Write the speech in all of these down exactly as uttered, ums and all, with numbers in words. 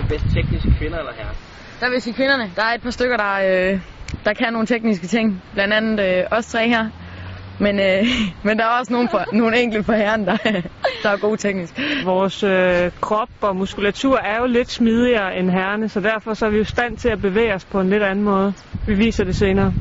det bedst tekniske, kvinder eller herrer? Der vil sige kvinderne. Der er et par stykker, der, øh, der kan nogle tekniske ting. Blandt andet øh, os tre her. Men, øh, men der er også nogle, for, nogle enkelte for herren, der, der er gode teknisk. Vores øh, krop og muskulatur er jo lidt smidigere end herrerne, så derfor så er vi jo i stand til at bevæge os på en lidt anden måde. Vi viser det senere.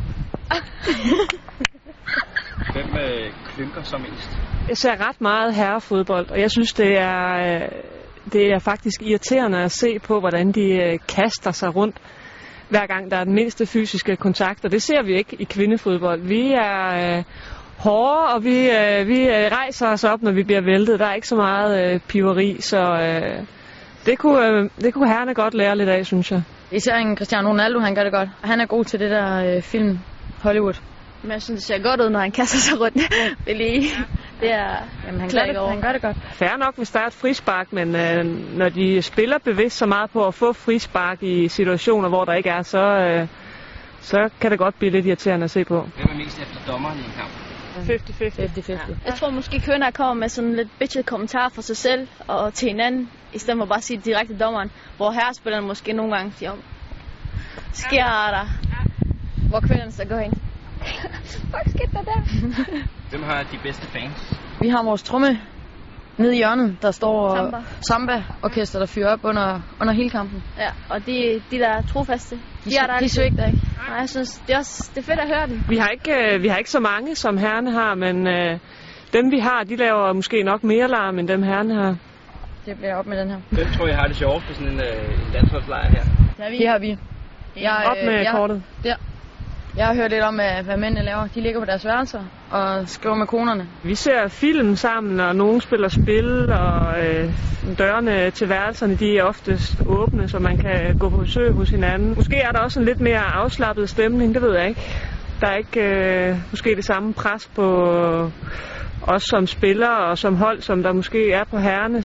Hvem øh, klynker så mest? Jeg ser ret meget herrefodbold, og jeg synes, det er, øh, det er faktisk irriterende at se på, hvordan de øh, kaster sig rundt, hver gang der er den mindste fysiske kontakt. Og det ser vi ikke i kvindefodbold. Vi er øh, hårde, og vi, øh, vi øh, rejser os op, når vi bliver væltet. Der er ikke så meget øh, piveri, så øh, det, kunne, øh, det kunne herrerne godt lære lidt af, synes jeg. Især en Cristiano Ronaldo, han gør det godt. Han er god til det der øh, film Hollywood. Men jeg synes, det ser godt ud, når han kaster sig rundt. Det, lige, det er Jamen, han, gør det, han gør det godt. Fair nok, hvis der er et frispark, men øh, når de spiller bevidst så meget på at få frispark i situationer, hvor der ikke er, så, øh, så kan det godt blive lidt irriterende at se på. Hvem er mest efter dommeren i en kamp? halvtreds halvtreds. Ja. Jeg tror måske kvinder kommer med sådan lidt bitchet kommentar for sig selv og til hinanden, i stedet for bare at sige det direkte dommeren, hvor herrespillerne måske nogle gange siger, sker der, hvor kvinderne så går ind. Fuck, skete der der? Hvem har de bedste fans? Vi har vores tromme nede i hjørnet, der står Samba. Samba-orkester, der fyrer op under, under hele kampen. Ja, og de, de der er trofaste, de, De, er der de svigter ikke. Nej, jeg synes, det er, også, det er fedt at høre den. Vi har ikke, øh, vi har ikke så mange, som herrerne har, men øh, dem vi har, de laver måske nok mere larm, end dem herrerne har. Det bliver op med den her. Hvem tror jeg har det sjovt på sådan en, øh, en dansholdslejr her? Det har vi. Det har vi. Jeg, Op med jeg, kortet. Ja. Jeg har hørt lidt om, hvad mændene laver. De ligger på deres værelser og skriver med konerne. Vi ser film sammen, og nogen spiller spil, og øh, dørene til værelserne, de er oftest åbne, så man kan gå på besøg hos hinanden. Måske er der også en lidt mere afslappet stemning, det ved jeg ikke. Der er ikke øh, måske det samme pres på os som spillere og som hold, som der måske er på herrerne.